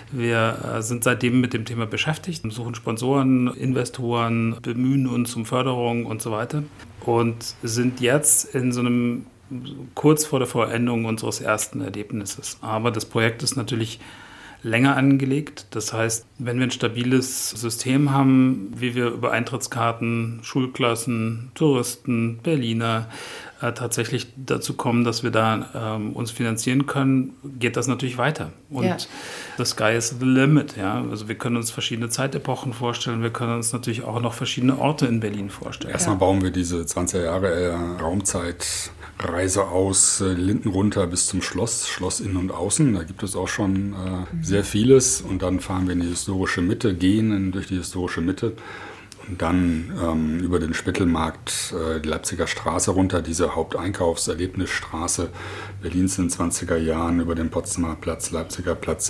wir sind seitdem mit dem Thema beschäftigt, suchen Sponsoren, Investoren, bemühen uns um Förderung und so weiter und sind jetzt in so einem kurz vor der Vollendung unseres ersten Erlebnisses. Aber das Projekt ist natürlich länger angelegt. Das heißt, wenn wir ein stabiles System haben, wie wir über Eintrittskarten, Schulklassen, Touristen, Berliner äh, tatsächlich dazu kommen, dass wir da ähm, uns finanzieren können, geht das natürlich weiter. Und ja. The sky is the limit. Ja? Also wir können uns verschiedene Zeitepochen vorstellen. Wir können uns natürlich auch noch verschiedene Orte in Berlin vorstellen. Erstmal ja. bauen wir diese zwanziger Jahre äh, Raumzeit Reise aus äh, Linden runter bis zum Schloss, Schloss innen und außen. Da gibt es auch schon äh, mhm. sehr vieles. Und dann fahren wir in die historische Mitte, gehen in, durch die historische Mitte und dann ähm, über den Spittelmarkt, äh, die Leipziger Straße runter, diese Haupteinkaufserlebnisstraße Berlins in den zwanziger Jahren, über den Potsdamer Platz, Leipziger Platz.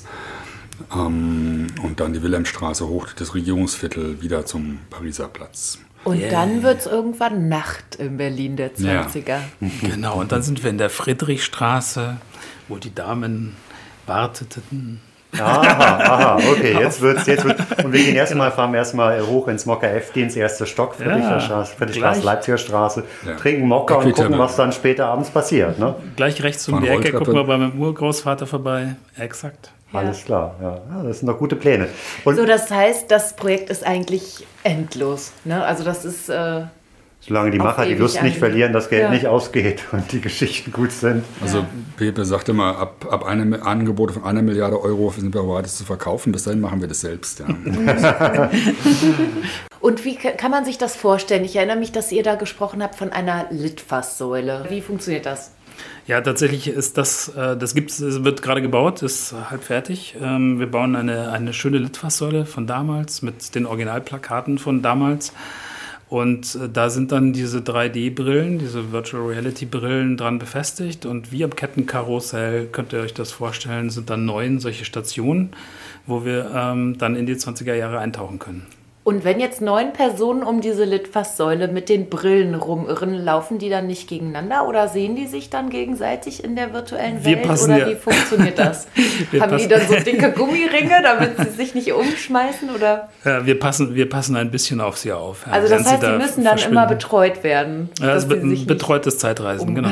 Ähm, und dann die Wilhelmstraße hoch, das Regierungsviertel, wieder zum Pariser Platz. Und yeah. dann wird es irgendwann Nacht in Berlin der zwanziger. Ja. Genau, und dann sind wir in der Friedrichstraße, wo die Damen warteten. Aha, aha, okay, jetzt wird's, jetzt wird's. Und wir gehen erstmal, fahren wir erstmal hoch ins Mokka F D, ins erste Stock, Friedrichstraße, Friedrichstraße, Leipziger Straße, ja. trinken Mokka und gucken, was dann später abends passiert. Ne? Gleich rechts um die Ecke gucken wir bei meinem Urgroßvater vorbei. Exakt. Ja. Alles klar, ja. ja. Das sind doch gute Pläne. Und so, das heißt, das Projekt ist eigentlich endlos. Ne? Also das ist... Äh, solange die Macher die Lust nicht verlieren, das Geld ja. nicht ausgeht und die Geschichten gut sind. Also Pepe sagt immer, ab, ab einem Angebot von einer Milliarde Euro sind wir bereit, es zu verkaufen. Bis dahin machen wir das selbst. Ja. Und wie kann man sich das vorstellen? Ich erinnere mich, dass ihr da gesprochen habt von einer Litfaßsäule. Wie funktioniert das? Ja, tatsächlich ist das, das gibt's, wird gerade gebaut, ist halb fertig. Wir bauen eine, eine schöne Litfaßsäule von damals mit den Originalplakaten von damals. Und da sind dann diese drei D-Brillen, diese Virtual Reality-Brillen dran befestigt. Und wie am Kettenkarussell, könnt ihr euch das vorstellen, sind dann neun solche Stationen, wo wir ähm, dann in die zwanziger Jahre eintauchen können. Und wenn jetzt neun Personen um diese Litfaßsäule mit den Brillen rumirren, laufen die dann nicht gegeneinander oder sehen die sich dann gegenseitig in der virtuellen Wir Welt? passen Oder ja- wie funktioniert das? Wir Haben die passen- dann so dicke Gummiringe, damit sie sich nicht umschmeißen? Oder? Ja, wir, passen, wir passen ein bisschen auf sie auf. Ja, Also das während heißt, sie sie da müssen dann verschwinden. immer betreut werden. Ja, das dass ist sie ein sich nicht- betreutes Zeitreisen, genau.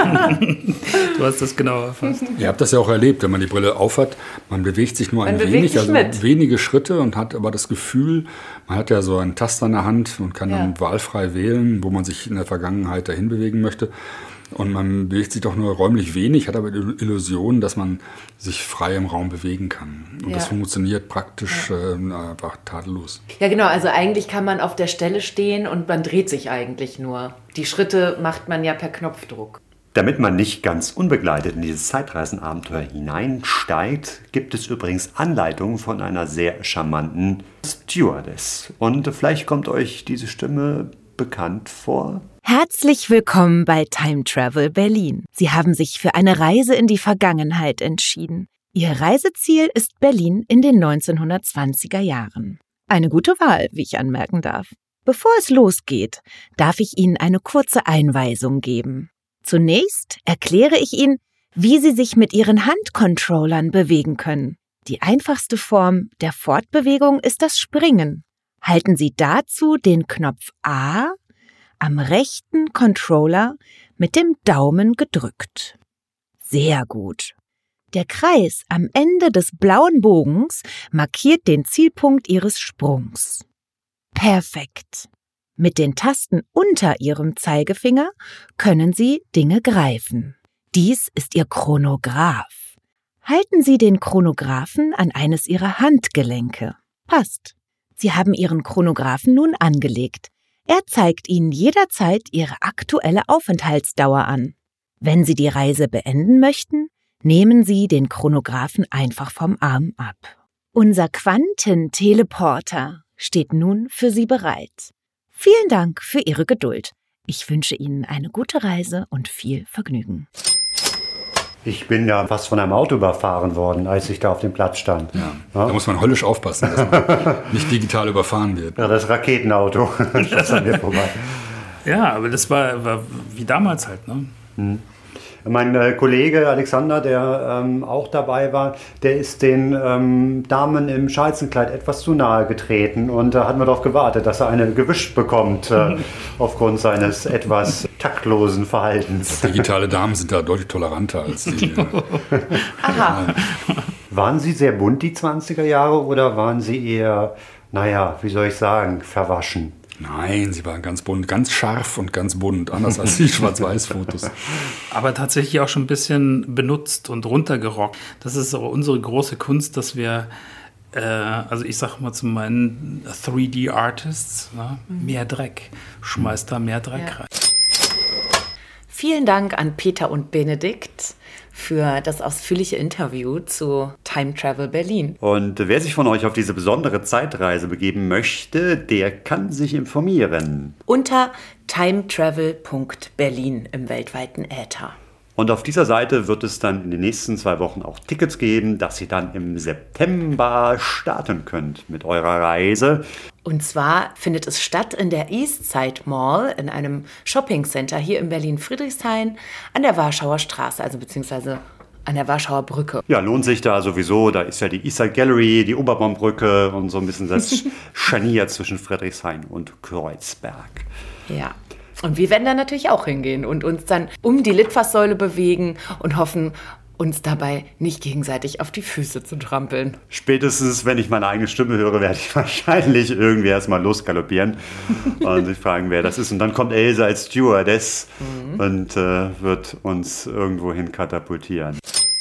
Du hast das genau erfasst. Ihr habt das ja auch erlebt, wenn man die Brille aufhat, man bewegt sich nur ein Man bewegt wenig, sich also mit. wenige Schritte und hat aber das Gefühl, man hat ja so einen Taster in der Hand und kann Ja. dann wahlfrei wählen, wo man sich in der Vergangenheit dahin bewegen möchte. Und man bewegt sich doch nur räumlich wenig, hat aber die Illusion, dass man sich frei im Raum bewegen kann. Und Ja. das funktioniert praktisch äh, einfach tadellos. Ja, genau. Also eigentlich kann man auf der Stelle stehen und man dreht sich eigentlich nur. Die Schritte macht man ja per Knopfdruck. Damit man nicht ganz unbegleitet in dieses Zeitreisenabenteuer hineinsteigt, gibt es übrigens Anleitungen von einer sehr charmanten Stewardess. Und vielleicht kommt euch diese Stimme bekannt vor. Herzlich willkommen bei Time Travel Berlin. Sie haben sich für eine Reise in die Vergangenheit entschieden. Ihr Reiseziel ist Berlin in den neunzehnhundertzwanziger Jahren. Eine gute Wahl, wie ich anmerken darf. Bevor es losgeht, darf ich Ihnen eine kurze Einweisung geben. Zunächst erkläre ich Ihnen, wie Sie sich mit Ihren Handcontrollern bewegen können. Die einfachste Form der Fortbewegung ist das Springen. Halten Sie dazu den Knopf A am rechten Controller mit dem Daumen gedrückt. Sehr gut. Der Kreis am Ende des blauen Bogens markiert den Zielpunkt Ihres Sprungs. Perfekt. Mit den Tasten unter Ihrem Zeigefinger können Sie Dinge greifen. Dies ist Ihr Chronograph. Halten Sie den Chronographen an eines Ihrer Handgelenke. Passt. Sie haben Ihren Chronographen nun angelegt. Er zeigt Ihnen jederzeit Ihre aktuelle Aufenthaltsdauer an. Wenn Sie die Reise beenden möchten, nehmen Sie den Chronographen einfach vom Arm ab. Unser Quantenteleporter steht nun für Sie bereit. Vielen Dank für Ihre Geduld. Ich wünsche Ihnen eine gute Reise und viel Vergnügen. Ich bin ja fast von einem Auto überfahren worden, als ich da auf dem Platz stand. Ja. Da muss man höllisch aufpassen, dass man nicht digital überfahren wird. Ja, das Raketenauto. Das an mir vorbei. Ja, aber das war, war wie damals halt, ne? Hm. Mein äh, Kollege Alexander, der ähm, auch dabei war, der ist den ähm, Damen im Schalzenkleid etwas zu nahe getreten und da äh, hatten wir darauf gewartet, dass er eine gewischt bekommt äh, aufgrund seines etwas taktlosen Verhaltens. Digitale Damen sind da deutlich toleranter als die. Äh, Aha. Waren Sie sehr bunt, die zwanziger Jahre, oder waren Sie eher, naja, wie soll ich sagen, verwaschen? Nein, sie waren ganz bunt, ganz scharf und ganz bunt, anders als die Schwarz-Weiß-Fotos. Aber tatsächlich auch schon ein bisschen benutzt und runtergerockt. Das ist auch unsere große Kunst, dass wir, äh, also ich sage mal zu meinen drei D Artists, ne, mehr Dreck, schmeißt da mehr Dreck Ja. rein. Vielen Dank an Peter und Benedikt für das ausführliche Interview zu Time Travel Berlin. Und wer sich von euch auf diese besondere Zeitreise begeben möchte, der kann sich informieren. Unter timetravel punkt berlin im weltweiten Äther. Und auf dieser Seite wird es dann in den nächsten zwei Wochen auch Tickets geben, dass ihr dann im September starten könnt mit eurer Reise. Und zwar findet es statt in der Eastside Mall, in einem Shoppingcenter hier in Berlin-Friedrichshain an der Warschauer Straße, also beziehungsweise an der Warschauer Brücke. Ja, lohnt sich da sowieso. Da ist ja die Eastside Gallery, die Oberbaumbrücke und so ein bisschen das Scharnier zwischen Friedrichshain und Kreuzberg. Ja. Und wir werden da natürlich auch hingehen und uns dann um die Litfaßsäule bewegen und hoffen, uns dabei nicht gegenseitig auf die Füße zu trampeln. Spätestens, wenn ich meine eigene Stimme höre, werde ich wahrscheinlich irgendwie erstmal losgaloppieren und sich fragen, wer das ist. Und dann kommt Elsa als Stewardess mhm. und äh, wird uns irgendwohin katapultieren.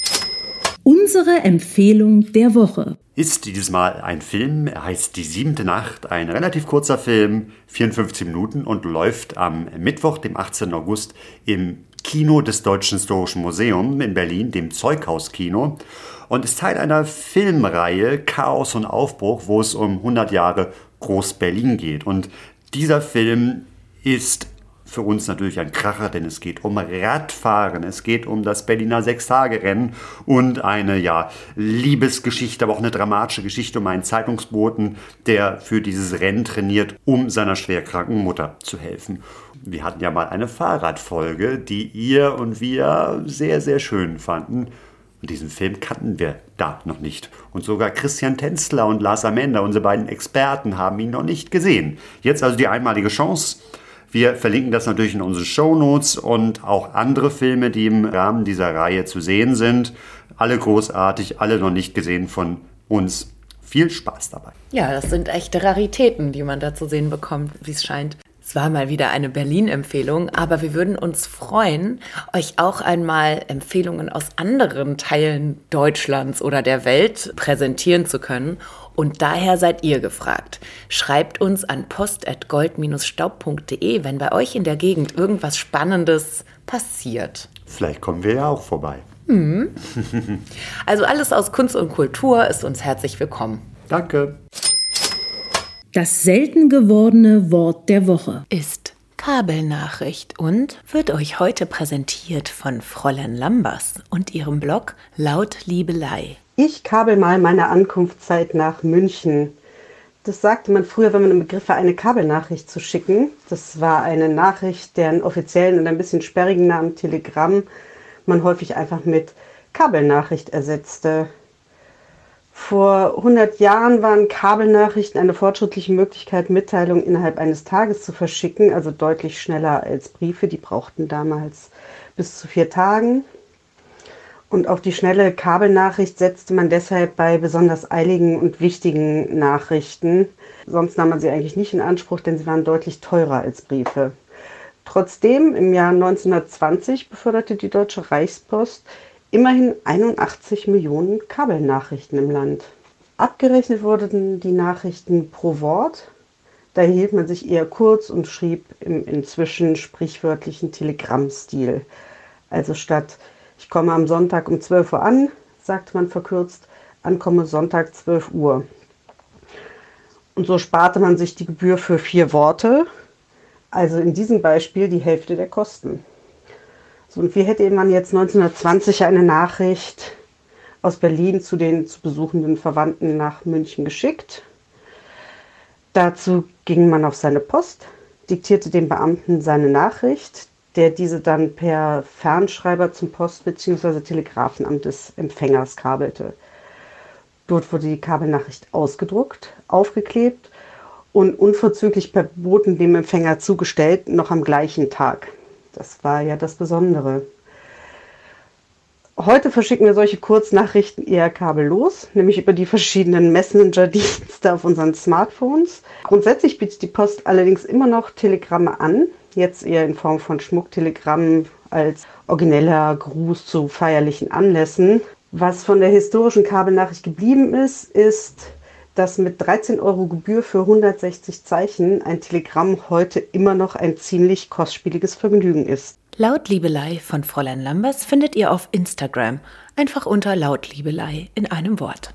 Unsere Empfehlung der Woche ist dieses Mal ein Film. Er heißt Die siebente Nacht, ein relativ kurzer Film, vierundfünfzig Minuten und läuft am Mittwoch, dem achtzehnten August im Kino des Deutschen Historischen Museums in Berlin, dem Zeughauskino, und ist Teil einer Filmreihe Chaos und Aufbruch, wo es um hundert Jahre Groß-Berlin geht. Und dieser Film ist für uns natürlich ein Kracher, denn es geht um Radfahren, es geht um das Berliner Sechstage-Rennen und eine ja, Liebesgeschichte, aber auch eine dramatische Geschichte um einen Zeitungsboten, der für dieses Rennen trainiert, um seiner schwerkranken Mutter zu helfen. Wir hatten ja mal eine Fahrradfolge, die ihr und wir sehr, sehr schön fanden. Und diesen Film kannten wir da noch nicht. Und sogar Christian Tänzler und Lars Amender, unsere beiden Experten, haben ihn noch nicht gesehen. Jetzt also die einmalige Chance. Wir verlinken das natürlich in unseren Shownotes und auch andere Filme, die im Rahmen dieser Reihe zu sehen sind. Alle großartig, alle noch nicht gesehen von uns. Viel Spaß dabei. Ja, das sind echte Raritäten, die man da zu sehen bekommt, wie es scheint. Es war mal wieder eine Berlin-Empfehlung, aber wir würden uns freuen, euch auch einmal Empfehlungen aus anderen Teilen Deutschlands oder der Welt präsentieren zu können. Und daher seid ihr gefragt. Schreibt uns an post at gold Bindestrich staub punkt de, wenn bei euch in der Gegend irgendwas Spannendes passiert. Vielleicht kommen wir ja auch vorbei. Mhm. Also alles aus Kunst und Kultur ist uns herzlich willkommen. Danke. Das selten gewordene Wort der Woche ist Kabelnachricht und wird euch heute präsentiert von Fräulein Lambers und ihrem Blog Lautliebelei. Ich kabel mal meine Ankunftszeit nach München. Das sagte man früher, wenn man im Begriff war, eine Kabelnachricht zu schicken. Das war eine Nachricht, deren offiziellen und ein bisschen sperrigen Namen Telegramm man häufig einfach mit Kabelnachricht ersetzte. Vor hundert Jahren waren Kabelnachrichten eine fortschrittliche Möglichkeit, Mitteilungen innerhalb eines Tages zu verschicken, also deutlich schneller als Briefe. Die brauchten damals bis zu vier Tagen. Und auf die schnelle Kabelnachricht setzte man deshalb bei besonders eiligen und wichtigen Nachrichten. Sonst nahm man sie eigentlich nicht in Anspruch, denn sie waren deutlich teurer als Briefe. Trotzdem, im Jahr neunzehnhundertzwanzig beförderte die Deutsche Reichspost immerhin einundachtzig Millionen Kabelnachrichten im Land. Abgerechnet wurden die Nachrichten pro Wort. Da hielt man sich eher kurz und schrieb im inzwischen sprichwörtlichen Telegrammstil. Also statt ich komme am Sonntag um zwölf Uhr an, sagte man verkürzt, ankomme Sonntag zwölf Uhr. Und so sparte man sich die Gebühr für vier Worte, also in diesem Beispiel die Hälfte der Kosten. So, und wie hätte man jetzt neunzehnhundertzwanzig eine Nachricht aus Berlin zu den zu besuchenden Verwandten nach München geschickt? Dazu ging man auf seine Post, diktierte dem Beamten seine Nachricht, der diese dann per Fernschreiber zum Post- bzw. Telegrafenamt des Empfängers kabelte. Dort wurde die Kabelnachricht ausgedruckt, aufgeklebt und unverzüglich per Boten dem Empfänger zugestellt, noch am gleichen Tag. Das war ja das Besondere. Heute verschicken wir solche Kurznachrichten eher kabellos, nämlich über die verschiedenen Messenger-Dienste auf unseren Smartphones. Grundsätzlich bietet die Post allerdings immer noch Telegramme an, jetzt eher in Form von Schmucktelegrammen als origineller Gruß zu feierlichen Anlässen. Was von der historischen Kabelnachricht geblieben ist, ist, dass mit dreizehn Euro Gebühr für hundertsechzig Zeichen ein Telegramm heute immer noch ein ziemlich kostspieliges Vergnügen ist. Lautliebelei von Fräulein Lambers findet ihr auf Instagram. Einfach unter Lautliebelei in einem Wort.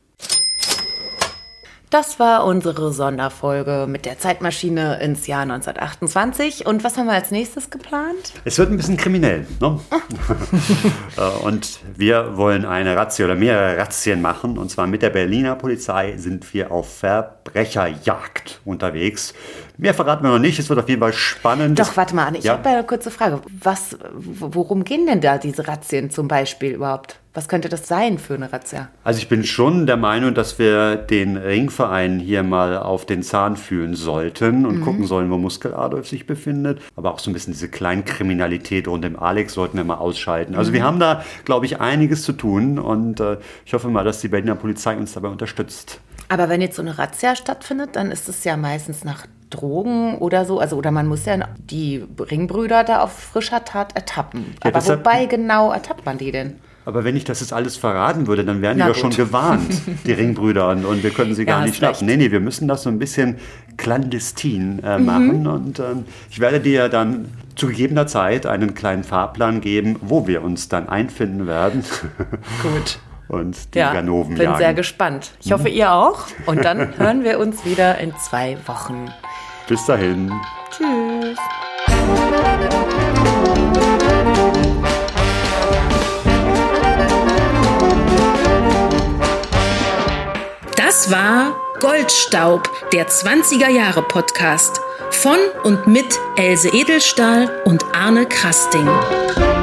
Das war unsere Sonderfolge mit der Zeitmaschine ins Jahr neunzehnhundertachtundzwanzig. Und was haben wir als nächstes geplant? Es wird ein bisschen kriminell, ne? Und wir wollen eine Razzia oder mehrere Razzien machen. Und zwar mit der Berliner Polizei sind wir auf Verbrecherjagd unterwegs. Mehr verraten wir noch nicht, es wird auf jeden Fall spannend. Doch, warte mal, Anne, ich ja? habe eine kurze Frage. Was, worum gehen denn da diese Razzien zum Beispiel überhaupt? Was könnte das sein für eine Razzia? Also ich bin schon der Meinung, dass wir den Ringverein hier mal auf den Zahn fühlen sollten und mhm. gucken sollen, wo Muskel Adolf sich befindet. Aber auch so ein bisschen diese Kleinkriminalität rund um Alex sollten wir mal ausschalten. Also mhm. wir haben da, glaube ich, einiges zu tun und äh, ich hoffe mal, dass die Berliner Polizei uns dabei unterstützt. Aber wenn jetzt so eine Razzia stattfindet, dann ist es ja meistens nach Drogen oder so. Also, oder man muss ja die Ringbrüder da auf frischer Tat ertappen. Ja, aber wobei hat, genau ertappt man die denn? Aber wenn ich das jetzt alles verraten würde, dann wären Na die doch schon gewarnt, die Ringbrüder, und, und wir können sie gar ja, nicht schnappen. Nee, nee, wir müssen das so ein bisschen clandestin äh, mhm. machen. Und ähm, ich werde dir dann zu gegebener Zeit einen kleinen Fahrplan geben, wo wir uns dann einfinden werden. Gut. Und die ja, Ganoven bin jagen. Sehr gespannt. Ich hoffe, ihr auch. Und dann hören wir uns wieder in zwei Wochen. Bis dahin. Tschüss. Das war Goldstaub, der zwanziger Jahre Podcast von und mit Else Edelstahl und Arne Krasting.